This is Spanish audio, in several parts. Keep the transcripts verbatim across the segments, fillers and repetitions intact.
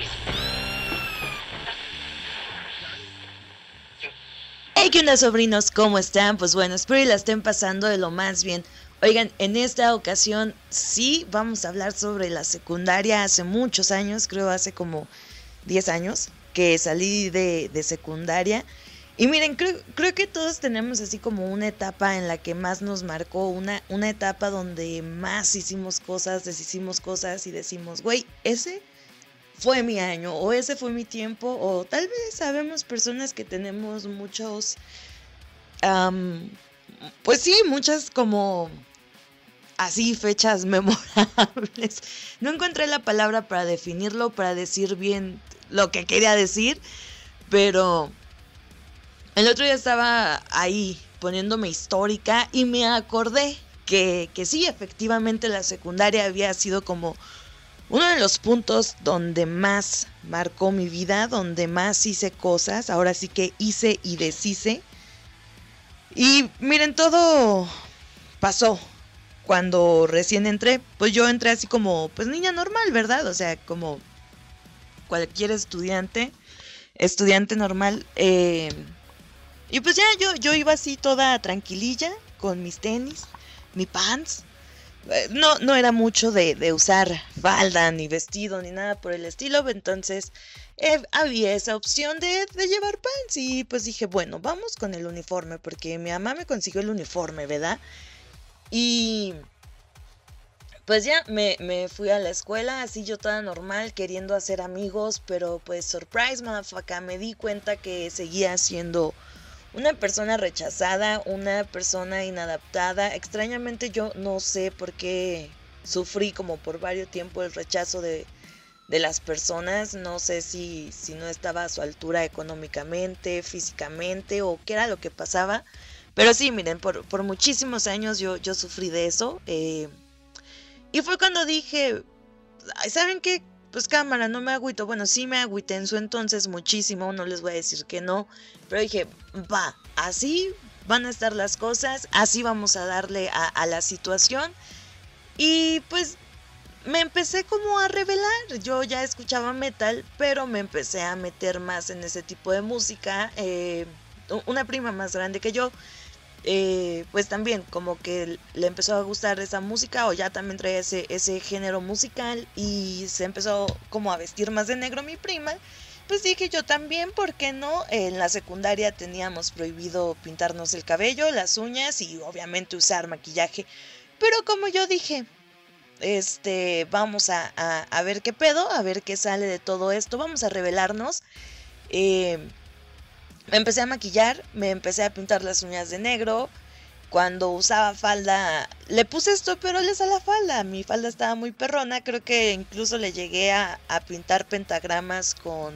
Hey, ¿qué onda, sobrinos? ¿Cómo están? Pues bueno, espero y la estén pasando de lo más bien. Oigan, en esta ocasión sí vamos a hablar sobre la secundaria. Hace muchos años, creo hace como diez años, que salí de, de secundaria. Y miren, creo, creo que todos tenemos así como una etapa en la que más nos marcó, una, una etapa donde más hicimos cosas, deshicimos cosas y decimos, güey, ese fue mi año, o ese fue mi tiempo, o tal vez sabemos personas que tenemos muchos, am, pues sí, muchas como así fechas memorables. No encontré la palabra para definirlo, para decir bien lo que quería decir, pero el otro día estaba ahí poniéndome histórica y me acordé que, que sí, efectivamente la secundaria había sido como uno de los puntos donde más marcó mi vida, donde más hice cosas, ahora sí que hice y deshice. Y miren, todo pasó cuando recién entré. Pues yo entré así como, pues niña normal, ¿verdad? O sea, como cualquier estudiante, estudiante normal. Eh, y pues ya yo, yo iba así toda tranquililla, con mis tenis, mi pants. No, no era mucho de, de usar falda, ni vestido, ni nada por el estilo. Entonces eh, había esa opción de, de llevar pants. Y pues dije, bueno, vamos con el uniforme, porque mi mamá me consiguió el uniforme, ¿verdad? Y pues ya me, me fui a la escuela, así yo toda normal, queriendo hacer amigos. Pero pues, surprise, motherfucker, me di cuenta que seguía siendo una persona rechazada, una persona inadaptada. Extrañamente yo no sé por qué sufrí como por varios tiempos el rechazo de, de las personas. No sé si, si no estaba a su altura económicamente, físicamente, o qué era lo que pasaba. Pero sí, miren, por, por muchísimos años yo, yo sufrí de eso. Eh, y fue cuando dije, ¿saben qué? Pues cámara, no me agüito. Bueno, sí me agüité en su entonces muchísimo, no les voy a decir que no. Pero dije, va, así van a estar las cosas, así vamos a darle a, a la situación. Y pues me empecé como a revelar. Yo ya escuchaba metal, pero me empecé a meter más en ese tipo de música. Eh, una prima más grande que yo, eh, pues también como que le empezó a gustar esa música, o ya también traía ese, ese género musical, y se empezó como a vestir más de negro mi prima. Pues dije yo también, ¿por qué no? En la secundaria teníamos prohibido pintarnos el cabello, las uñas y obviamente usar maquillaje. Pero como yo dije, este, vamos a, a, a ver qué pedo, a ver qué sale de todo esto, vamos a revelarnos. Eh, me empecé a maquillar, me empecé a pintar las uñas de negro. Cuando usaba falda, le puse stopperoles a la falda. Mi falda estaba muy perrona. Creo que incluso le llegué a, a pintar pentagramas con,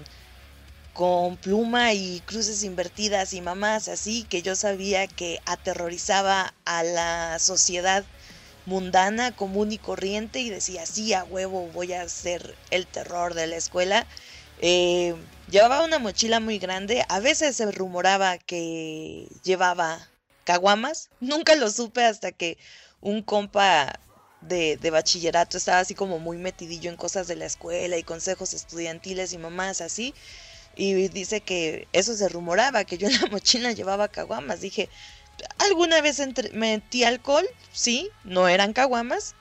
con pluma y cruces invertidas y mamás así, que yo sabía que aterrorizaba a la sociedad mundana, común y corriente. Y decía, sí, a huevo, voy a ser el terror de la escuela. Eh, llevaba una mochila muy grande. A veces se rumoraba que llevaba caguamas. Nunca lo supe hasta que un compa de, de bachillerato estaba así como muy metidillo en cosas de la escuela y consejos estudiantiles y mamás así. Y dice que eso se rumoraba, que yo en la mochila llevaba caguamas. Dije, ¿alguna vez entre metí alcohol? Sí, no eran caguamas.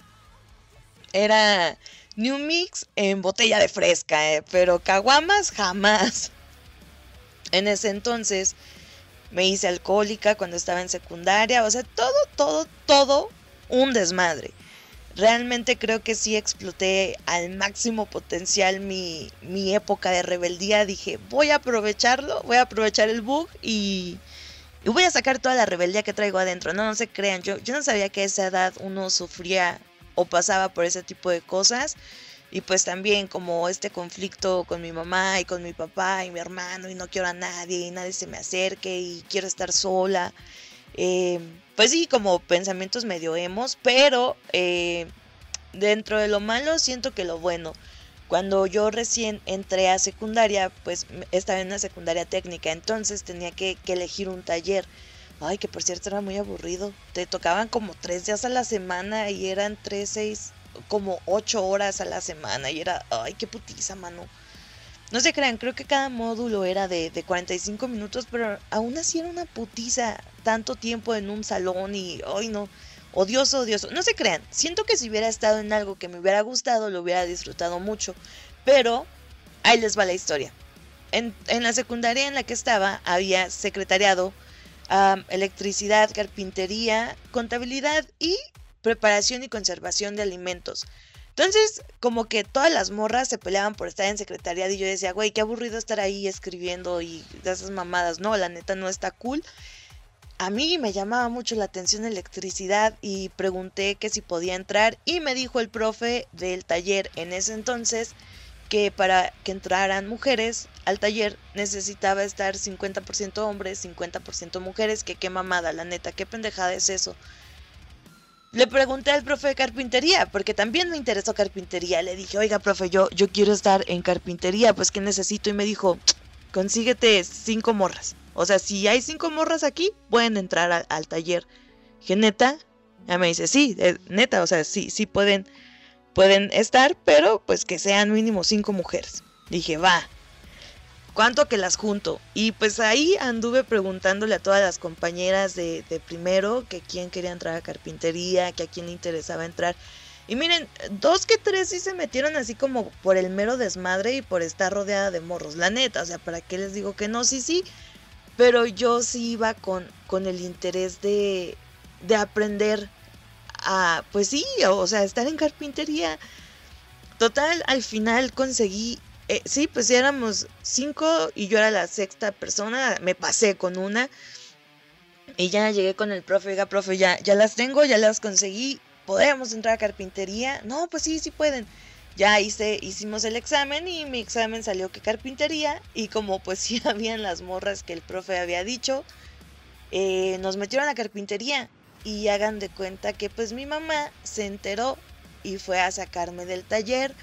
Era New Mix en botella de fresca, eh, pero caguamas jamás. En ese entonces me hice alcohólica cuando estaba en secundaria. O sea, todo, todo, todo un desmadre. Realmente creo que sí exploté al máximo potencial mi, mi época de rebeldía. Dije, voy a aprovecharlo, voy a aprovechar el bug y, y voy a sacar toda la rebeldía que traigo adentro. No, no se crean, yo, yo no sabía que a esa edad uno sufría o pasaba por ese tipo de cosas. Y pues también como este conflicto con mi mamá y con mi papá y mi hermano, y no quiero a nadie y nadie se me acerque y quiero estar sola. Eh, pues sí, como pensamientos medio emos, pero eh, dentro de lo malo siento que lo bueno. Cuando yo recién entré a secundaria, pues estaba en una secundaria técnica, entonces tenía que, que elegir un taller. Ay, que por cierto era muy aburrido. Te tocaban como tres días a la semana y eran tres, seis, como ocho horas a la semana. Y era, ay, qué putiza, mano. No se crean, creo que cada módulo era de, de cuarenta y cinco minutos, pero aún así era una putiza tanto tiempo en un salón y, ay no, odioso, odioso. No se crean, siento que si hubiera estado en algo que me hubiera gustado, lo hubiera disfrutado mucho, pero ahí les va la historia. En, en la secundaria en la que estaba había secretariado, um, electricidad, carpintería, contabilidad y preparación y conservación de alimentos. Entonces, como que todas las morras se peleaban por estar en secretariado y yo decía, güey, qué aburrido estar ahí escribiendo y de esas mamadas. No, la neta no está cool. A mí me llamaba mucho la atención electricidad y pregunté que si podía entrar y me dijo el profe del taller en ese entonces que para que entraran mujeres al taller necesitaba estar cincuenta por ciento hombres, cincuenta por ciento mujeres, que qué mamada, la neta, qué pendejada es eso. Le pregunté al profe de carpintería, porque también me interesó carpintería. Le dije, oiga, profe, yo, yo quiero estar en carpintería, pues ¿qué necesito? Y me dijo, consíguete cinco morras. O sea, si hay cinco morras aquí, pueden entrar a, al taller. Dije, ¿neta? Ya me dice, sí, eh, neta, o sea, sí, sí pueden, pueden estar, pero pues que sean mínimo cinco mujeres. Dije, va. ¿Cuánto que las junto? Y pues ahí anduve preguntándole a todas las compañeras de, de primero que quién quería entrar a carpintería, que a quién le interesaba entrar. Y miren, dos que tres sí se metieron así como por el mero desmadre y por estar rodeada de morros. La neta, o sea, ¿para qué les digo que no? Sí, sí. Pero yo sí iba con, con el interés de, de aprender a, pues sí, o sea, estar en carpintería. Total, al final conseguí, eh, sí, pues ya éramos cinco y yo era la sexta persona, me pasé con una y ya llegué con el profe, oiga, profe, ya, ya las tengo, ya las conseguí, ¿podemos entrar a carpintería? No, pues sí, sí pueden. Ya hice, hicimos el examen y mi examen salió que carpintería y como pues sí habían las morras que el profe había dicho, eh, nos metieron a carpintería y hagan de cuenta que pues mi mamá se enteró y fue a sacarme del taller.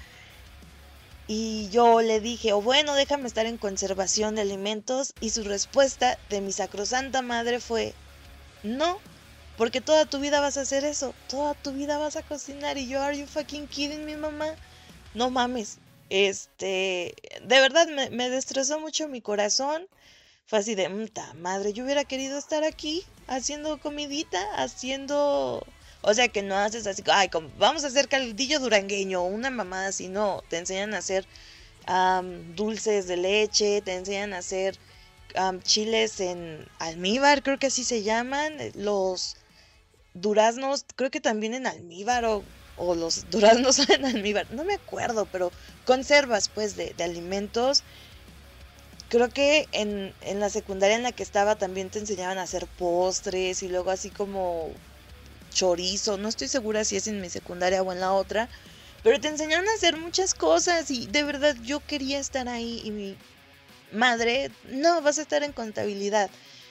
Y yo le dije, o oh, bueno, déjame estar en conservación de alimentos. Y su respuesta de mi sacrosanta madre fue, no, porque toda tu vida vas a hacer eso. Toda tu vida vas a cocinar. Y yo, are you fucking kidding me, mamá? No mames. Este, de verdad me, me destrozó mucho mi corazón. Fue así de, mta madre, yo hubiera querido estar aquí haciendo comidita, haciendo... O sea, que no haces así, ay, como, vamos a hacer caldillo durangueño, una mamada así, no. Te enseñan a hacer um, dulces de leche, te enseñan a hacer um, chiles en almíbar, creo que así se llaman. Los duraznos, creo que también en almíbar, o, o los duraznos en almíbar, no me acuerdo, pero conservas pues de, de alimentos. Creo que en, en la secundaria en la que estaba también te enseñaban a hacer postres y luego así como chorizo, no estoy segura si es en mi secundaria o en la otra, pero te enseñaron a hacer muchas cosas y de verdad yo quería estar ahí y mi madre, no, vas a estar en contabilidad.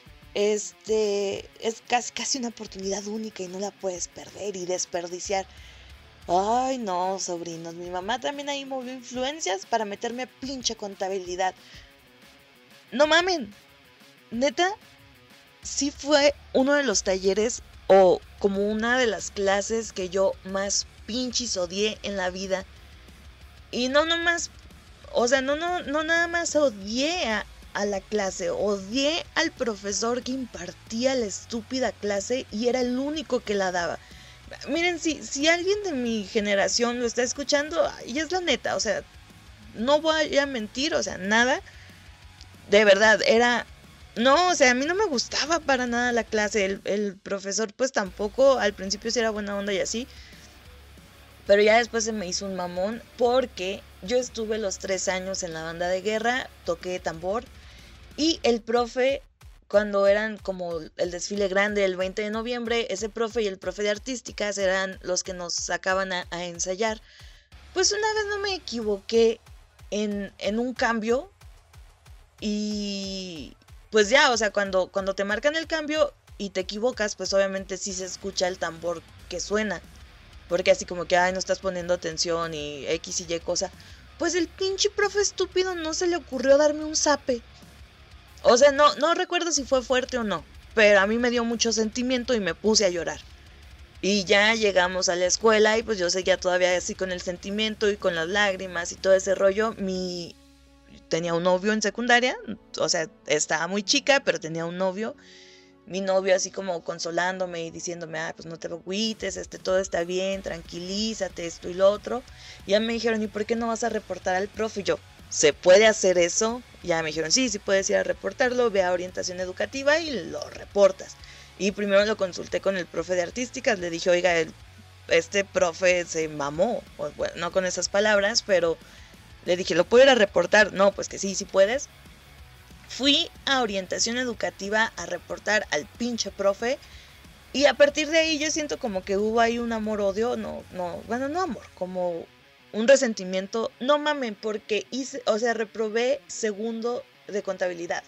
Este, es casi, casi una oportunidad única y no la puedes perder y desperdiciar. Ay, no, sobrinos, mi mamá también ahí movió influencias para meterme a pinche contabilidad. No mamen, neta, sí fue uno de los talleres o como una de las clases que yo más pinches odié en la vida. Y no nomás, o sea, no, no, no nada más odié a, a la clase, odié al profesor que impartía la estúpida clase y era el único que la daba. Miren, si, si alguien de mi generación lo está escuchando, y es la neta, o sea, no voy a mentir, o sea, nada, de verdad, era... No, o sea, a mí no me gustaba para nada la clase, el, el profesor pues tampoco, al principio sí era buena onda y así, pero ya después se me hizo un mamón porque yo estuve los tres años en la banda de guerra, toqué tambor y el profe, cuando eran como el desfile grande el veinte de noviembre, ese profe y el profe de artísticas eran los que nos sacaban a, a ensayar. Pues una vez no me equivoqué en, en un cambio y pues ya, o sea, cuando, cuando te marcan el cambio y te equivocas, pues obviamente sí se escucha el tambor que suena. Porque así como que, ay, no estás poniendo atención y X y Y cosa. Pues el pinche profe estúpido no se le ocurrió darme un zape. O sea, no, no recuerdo si fue fuerte o no, pero a mí me dio mucho sentimiento y me puse a llorar. Y ya llegamos a la escuela y pues yo seguía todavía así con el sentimiento y con las lágrimas y todo ese rollo. Mi, tenía un novio en secundaria, o sea, estaba muy chica, pero tenía un novio. Mi novio así como consolándome y diciéndome, ah, pues no te agüites, este, todo está bien, tranquilízate, esto y lo otro. Y ya me dijeron, ¿y por qué no vas a reportar al profe? Y yo, ¿se puede hacer eso? Y ya me dijeron, sí, sí puedes ir a reportarlo, ve a orientación educativa y lo reportas. Y primero lo consulté con el profe de artísticas, le dije, oiga, el, este profe se mamó, o, bueno, no con esas palabras, pero le dije, ¿lo puedo ir a reportar? No, pues que sí, sí puedes. Fui a orientación educativa a reportar al pinche profe y a partir de ahí yo siento como que hubo ahí un amor-odio, no, no, bueno, no amor, como un resentimiento, no mamen, porque hice, o sea, reprobé segundo de contabilidad.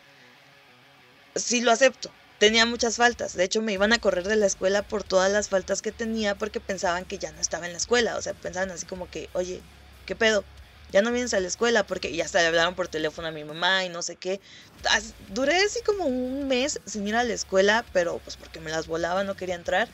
Sí lo acepto, tenía muchas faltas, de hecho me iban a correr de la escuela por todas las faltas que tenía porque pensaban que ya no estaba en la escuela, o sea, pensaban así como que, oye, ¿qué pedo? Ya no vienes a la escuela porque ya hasta le hablaron por teléfono a mi mamá y no sé qué. Duré así como un mes sin ir a la escuela, pero pues porque me las volaba, no quería entrar.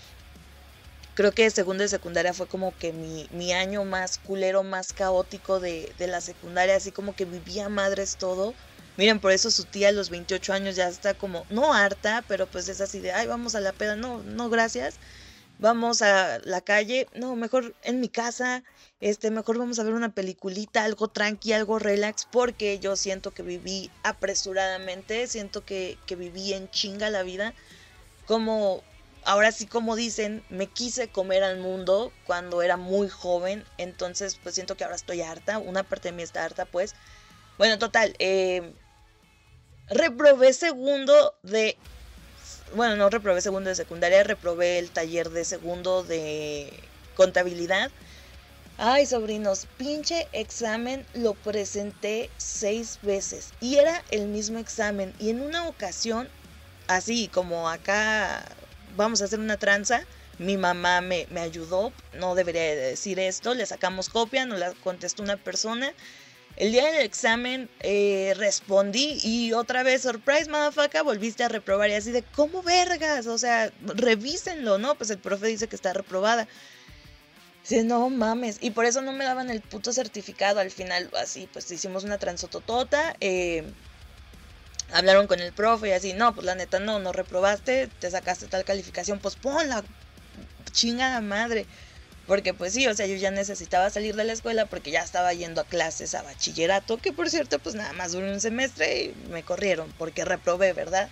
Creo que segundo de secundaria fue como que mi, mi año más culero, más caótico de, de la secundaria, así como que vivía madres todo. Miren, por eso su tía a los veintiocho años ya está como, no harta, pero pues es así de, ay, vamos a la peda, no, no, gracias. Vamos a la calle, no, mejor en mi casa, este, mejor vamos a ver una peliculita, algo tranqui, algo relax, porque yo siento que viví apresuradamente, siento que, que viví en chinga la vida, como, ahora sí como dicen, me quise comer al mundo cuando era muy joven, entonces pues siento que ahora estoy harta, una parte de mí está harta pues, bueno, total, eh, reprobé segundo de... Bueno, no reprobé segundo de secundaria, reprobé el taller de segundo de contabilidad. Ay, sobrinos, pinche examen lo presenté seis veces y era el mismo examen. Y en una ocasión, así como acá vamos a hacer una tranza, mi mamá me, me ayudó, no debería decir esto, le sacamos copia, nos la contestó una persona. El día del examen eh, respondí y otra vez, surprise, motherfucker, volviste a reprobar. Y así de, ¿cómo vergas? O sea, revísenlo, ¿no? Pues el profe dice que está reprobada. Dice, no mames. Y por eso no me daban el puto certificado. Al final, así, pues hicimos una transototota. Eh, hablaron con el profe y así, no, pues la neta no, no reprobaste, te sacaste tal calificación, pues ponla, chingada madre. Porque pues sí, o sea, yo ya necesitaba salir de la escuela porque ya estaba yendo a clases a bachillerato, que por cierto pues nada más duró un semestre y me corrieron porque reprobé, ¿verdad?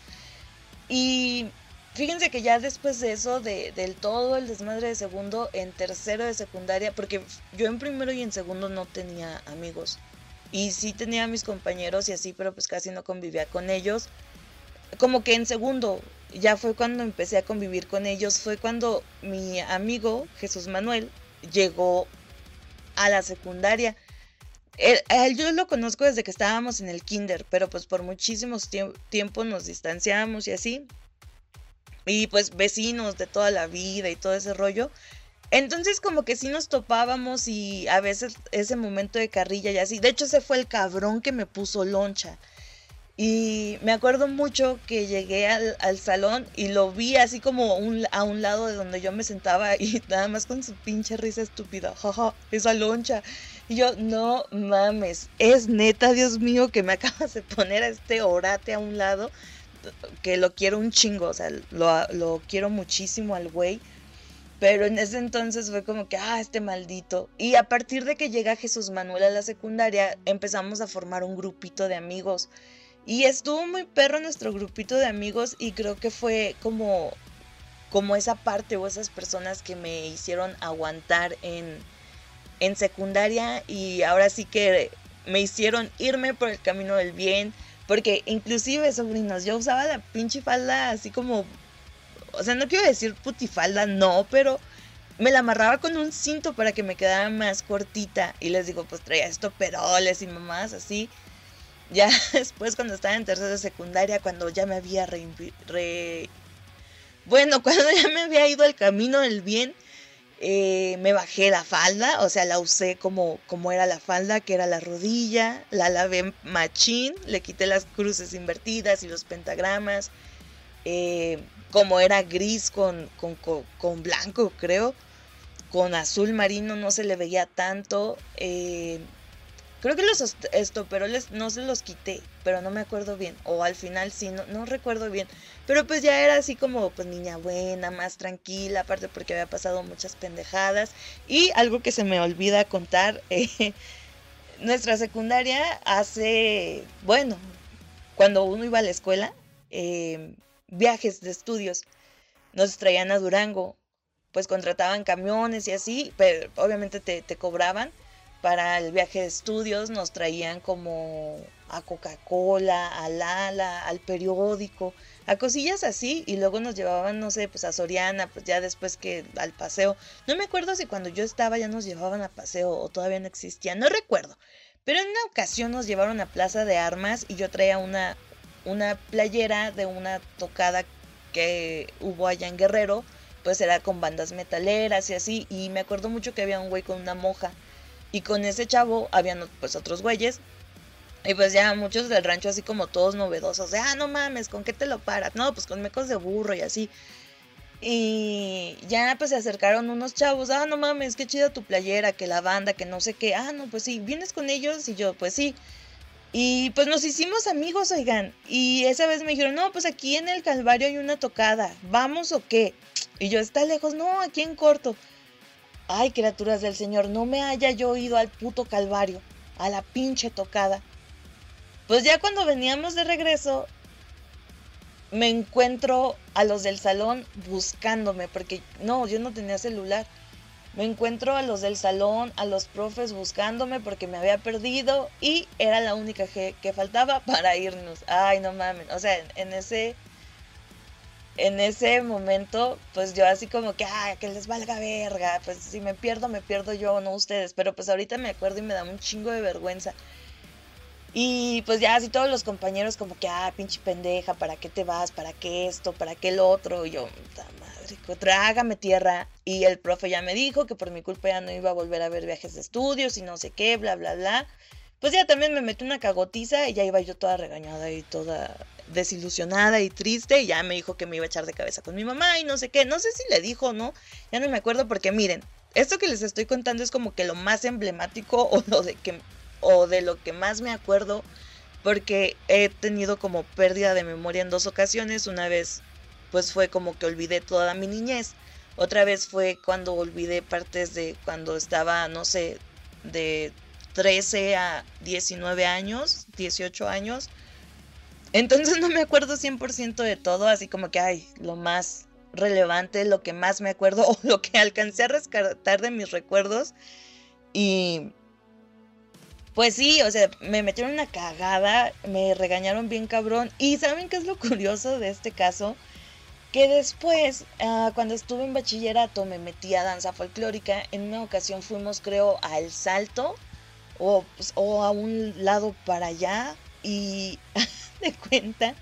Y fíjense que ya después de eso, de, del todo el desmadre de segundo, en tercero de secundaria, porque yo en primero y en segundo no tenía amigos. Y sí tenía a mis compañeros y así, pero pues casi no convivía con ellos. Como que en segundo, ya fue cuando empecé a convivir con ellos, fue cuando mi amigo Jesús Manuel llegó a la secundaria. Él, él yo lo conozco desde que estábamos en el kinder, pero pues por muchísimos tiemp- tiempo nos distanciamos y así. Y pues vecinos de toda la vida y todo ese rollo. Entonces como que sí nos topábamos y a veces ese momento de carrilla y así. De hecho ese fue el cabrón que me puso loncha. Y me acuerdo mucho que llegué al, al salón y lo vi así como un, a un lado de donde yo me sentaba y nada más con su pinche risa estúpida, jaja, esa loncha. Y yo, no mames, es neta, Dios mío, que me acabas de poner a este orate a un lado, que lo quiero un chingo, o sea, lo, lo quiero muchísimo al güey. Pero en ese entonces fue como que, ah, este maldito. Y a partir de que llega Jesús Manuel a la secundaria, empezamos a formar un grupito de amigos. Y estuvo muy perro nuestro grupito de amigos y creo que fue como, como esa parte o esas personas que me hicieron aguantar en, en secundaria y ahora sí que me hicieron irme por el camino del bien. Porque inclusive, sobrinos, yo usaba la pinche falda así como, o sea, no quiero decir putifalda, no, pero me la amarraba con un cinto para que me quedara más cortita. Y les digo, pues traía estoperoles y mamás así. Ya después cuando estaba en tercera de secundaria, cuando ya me había re, re... Bueno, cuando ya me había ido al camino del bien, eh, me bajé la falda, o sea, la usé como, como era la falda, que era la rodilla, la lavé machín, le quité las cruces invertidas y los pentagramas, eh, como era gris con, con, con, con blanco, creo, con azul marino no se le veía tanto, eh, creo que los est- estoperoles no se los quité, pero no me acuerdo bien. O al final sí, no, no recuerdo bien. Pero pues ya era así como pues niña buena, más tranquila, aparte porque había pasado muchas pendejadas. Y algo que se me olvida contar, eh, nuestra secundaria hace, bueno, cuando uno iba a la escuela, eh, viajes de estudios, nos traían a Durango, pues contrataban camiones y así, pero obviamente te, te cobraban para el viaje de estudios, nos traían como a Coca-Cola, a Lala, al periódico, a cosillas así, y luego nos llevaban, no sé, pues a Soriana, pues ya después que al paseo. No me acuerdo si cuando yo estaba ya nos llevaban a paseo o todavía no existía, no recuerdo. Pero en una ocasión nos llevaron a Plaza de Armas y yo traía una, una playera de una tocada que hubo allá en Guerrero, pues era con bandas metaleras y así, y me acuerdo mucho que había un güey con una moja, y con ese chavo habían pues otros güeyes, y pues ya muchos del rancho así como todos novedosos, de, ah, no mames, ¿con qué te lo paras? No, pues con mecos de burro y así. Y ya pues se acercaron unos chavos, ah, no mames, qué chida tu playera, que la banda, que no sé qué, ah, no, pues sí, ¿vienes con ellos? Y yo, pues sí. Y pues nos hicimos amigos, oigan. Y esa vez me dijeron, no, pues aquí en el Calvario hay una tocada, ¿vamos o qué? Y yo, está lejos, no, aquí en corto. Ay, criaturas del Señor, no me haya yo ido al puto Calvario, a la pinche tocada. Pues ya cuando veníamos de regreso, me encuentro a los del salón buscándome, porque no, yo no tenía celular. Me encuentro a los del salón, a los profes buscándome porque me había perdido y era la única que, que faltaba para irnos. Ay, no mames. O sea, en, en ese en ese momento, pues yo así como que, ah, que les valga verga, pues si me pierdo, me pierdo yo, no ustedes, pero pues ahorita me acuerdo y me da un chingo de vergüenza. Y pues ya así todos los compañeros como que, ah, pinche pendeja, ¿para qué te vas? ¿Para qué esto? ¿Para qué el otro? Y yo, puta madre, trágame tierra. Y el profe ya me dijo que por mi culpa ya no iba a volver a ver viajes de estudios y no sé qué, bla, bla, bla. Pues ya también me metí una cagotiza y ya iba yo toda regañada y toda desilusionada y triste. Y ya me dijo que me iba a echar de cabeza con mi mamá y no sé qué. No sé si le dijo o no, ya no me acuerdo porque miren, esto que les estoy contando es como que lo más emblemático o lo de que o de lo que más me acuerdo porque he tenido como pérdida de memoria en dos ocasiones. Una vez pues fue como que olvidé toda mi niñez. Otra vez fue cuando olvidé partes de cuando estaba, no sé, de trece a diecinueve años, dieciocho años. Entonces no me acuerdo cien por ciento de todo, así como que, ay, lo más relevante, lo que más me acuerdo o lo que alcancé a rescatar de mis recuerdos. Y pues sí, o sea, me metieron una cagada, me regañaron bien cabrón. Y ¿saben qué es lo curioso de este caso? Que después, uh, cuando estuve en bachillerato, me metí a danza folclórica. En una ocasión fuimos, creo, al Salto o, pues, o a un lado para allá. Y de cuenta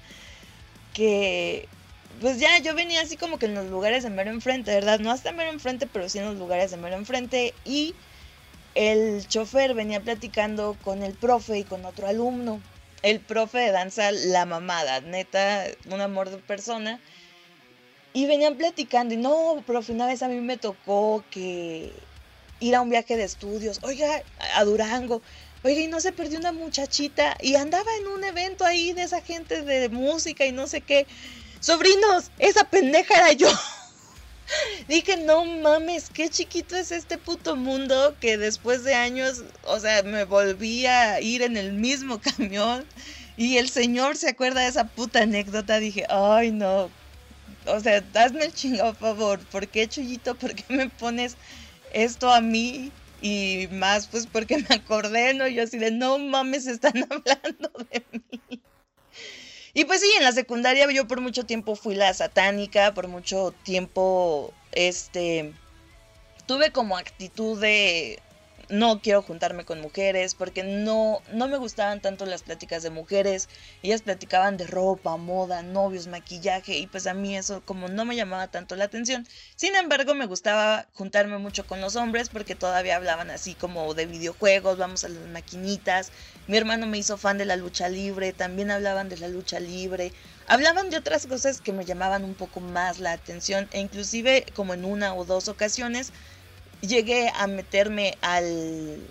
que, pues ya yo venía así como que en los lugares de mero enfrente, ¿verdad? No hasta mero enfrente, pero sí en los lugares de mero enfrente. Y el chofer venía platicando con el profe y con otro alumno. El profe de danza, la mamada, neta, un amor de persona. Y venían platicando y no, profe, una vez a mí me tocó que ir a un viaje de estudios, oiga, a Durango, oiga, y no se perdió una muchachita y andaba en un evento ahí de esa gente de música y no sé qué. Sobrinos, esa pendeja era yo. Dije, no mames, qué chiquito es este puto mundo que después de años, o sea, me volví a ir en el mismo camión y el señor se acuerda de esa puta anécdota. Dije, ay no, o sea, hazme el chingado favor, ¿por qué, Chuyito? ¿Por qué me pones esto a mí? Y más pues porque me acordé, ¿no? Yo así de, no mames, están hablando de mí. Y pues sí, en la secundaria yo por mucho tiempo fui la satánica, por mucho tiempo, este, tuve como actitud de no quiero juntarme con mujeres porque no, no me gustaban tanto las pláticas de mujeres. Ellas platicaban de ropa, moda, novios, maquillaje y pues a mí eso como no me llamaba tanto la atención. Sin embargo, me gustaba juntarme mucho con los hombres porque todavía hablaban así como de videojuegos, vamos a las maquinitas. Mi hermano me hizo fan de la lucha libre, también hablaban de la lucha libre. Hablaban de otras cosas que me llamaban un poco más la atención e inclusive como en una o dos ocasiones llegué a meterme al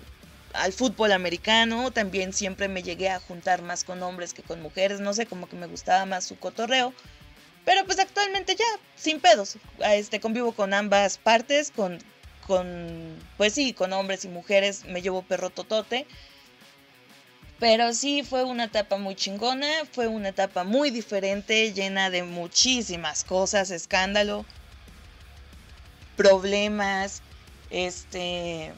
al fútbol americano, también siempre me llegué a juntar más con hombres que con mujeres, no sé, como que me gustaba más su cotorreo, pero pues actualmente ya, sin pedos, este, convivo con ambas partes, con, con, pues sí, con hombres y mujeres, me llevo perro totote, pero sí fue una etapa muy chingona, fue una etapa muy diferente, llena de muchísimas cosas, escándalo, problemas, este...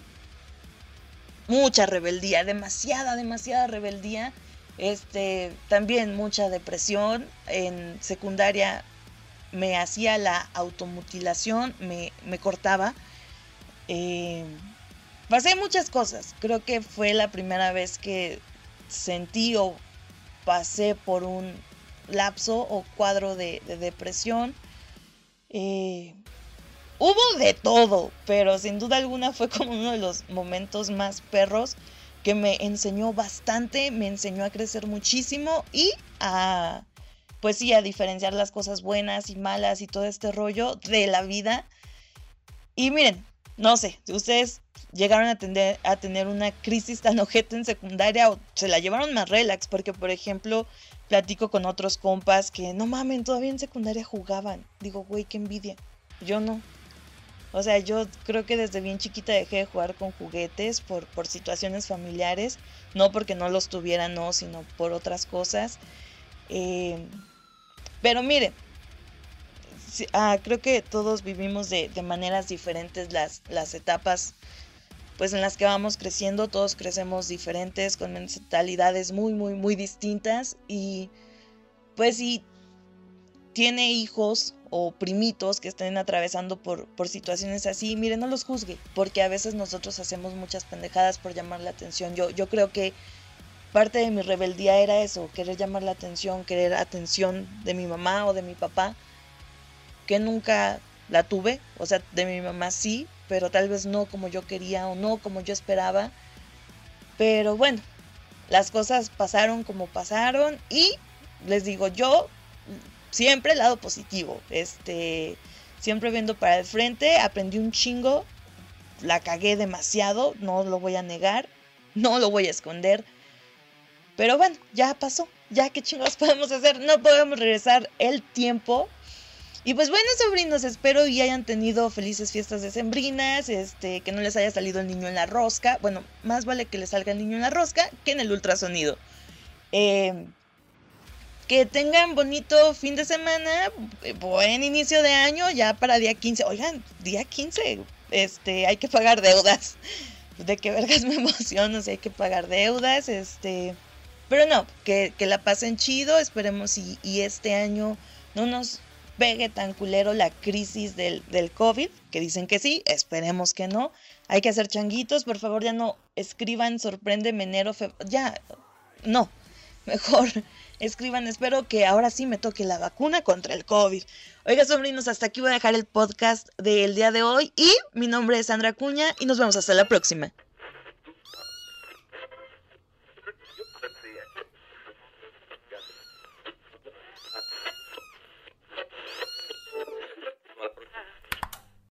mucha rebeldía, demasiada, demasiada rebeldía, este, también mucha depresión. En secundaria me hacía la automutilación, me, me cortaba, eh, pasé muchas cosas, creo que fue la primera vez que sentí o pasé por un lapso o cuadro de, de depresión. eh, Hubo de todo, pero sin duda alguna fue como uno de los momentos más perros que me enseñó bastante, me enseñó a crecer muchísimo y a, pues sí, a diferenciar las cosas buenas y malas y todo este rollo de la vida. Y miren, no sé, si ustedes llegaron a tener, a tener una crisis tan ojete en secundaria o se la llevaron más relax, porque por ejemplo, platico con otros compas que no mamen, todavía en secundaria jugaban. Digo, güey, qué envidia. Yo no. O sea, yo creo que desde bien chiquita dejé de jugar con juguetes por, por situaciones familiares, no porque no los tuviera, no, sino por otras cosas. Eh, pero miren, sí, ah, creo que todos vivimos de, de maneras diferentes las, las etapas pues en las que vamos creciendo, todos crecemos diferentes, con mentalidades muy, muy, muy distintas y pues si tiene hijos o primitos que estén atravesando por, por situaciones así, miren, no los juzgue, porque a veces nosotros hacemos muchas pendejadas por llamar la atención. Yo, yo creo que parte de mi rebeldía era eso, querer llamar la atención, querer atención de mi mamá o de mi papá, que nunca la tuve, o sea, de mi mamá sí, pero tal vez no como yo quería o no como yo esperaba, pero bueno, las cosas pasaron como pasaron y les digo, yo siempre el lado positivo, este, siempre viendo para el frente, aprendí un chingo, la cagué demasiado, no lo voy a negar, no lo voy a esconder, pero bueno, ya pasó, ya qué chingos podemos hacer, no podemos regresar el tiempo. Y pues bueno, sobrinos, espero y hayan tenido felices fiestas decembrinas, este, que no les haya salido el niño en la rosca, bueno, más vale que les salga el niño en la rosca que en el ultrasonido. Eh... Que tengan bonito fin de semana, buen inicio de año, ya para día quince. Oigan, día quince, este, hay que pagar deudas. De qué vergas me emociono, si hay que pagar deudas, este... Pero no, que, que la pasen chido, esperemos y, y este año no nos pegue tan culero la crisis del, del COVID, que dicen que sí, esperemos que no. Hay que hacer changuitos, por favor ya no escriban sorpréndeme enero, fe... ya, no, mejor... escriban, espero que ahora sí me toque la vacuna contra el COVID. Oiga, sobrinos, hasta aquí voy a dejar el podcast del día de hoy y mi nombre es Sandra Acuña y nos vemos hasta la próxima.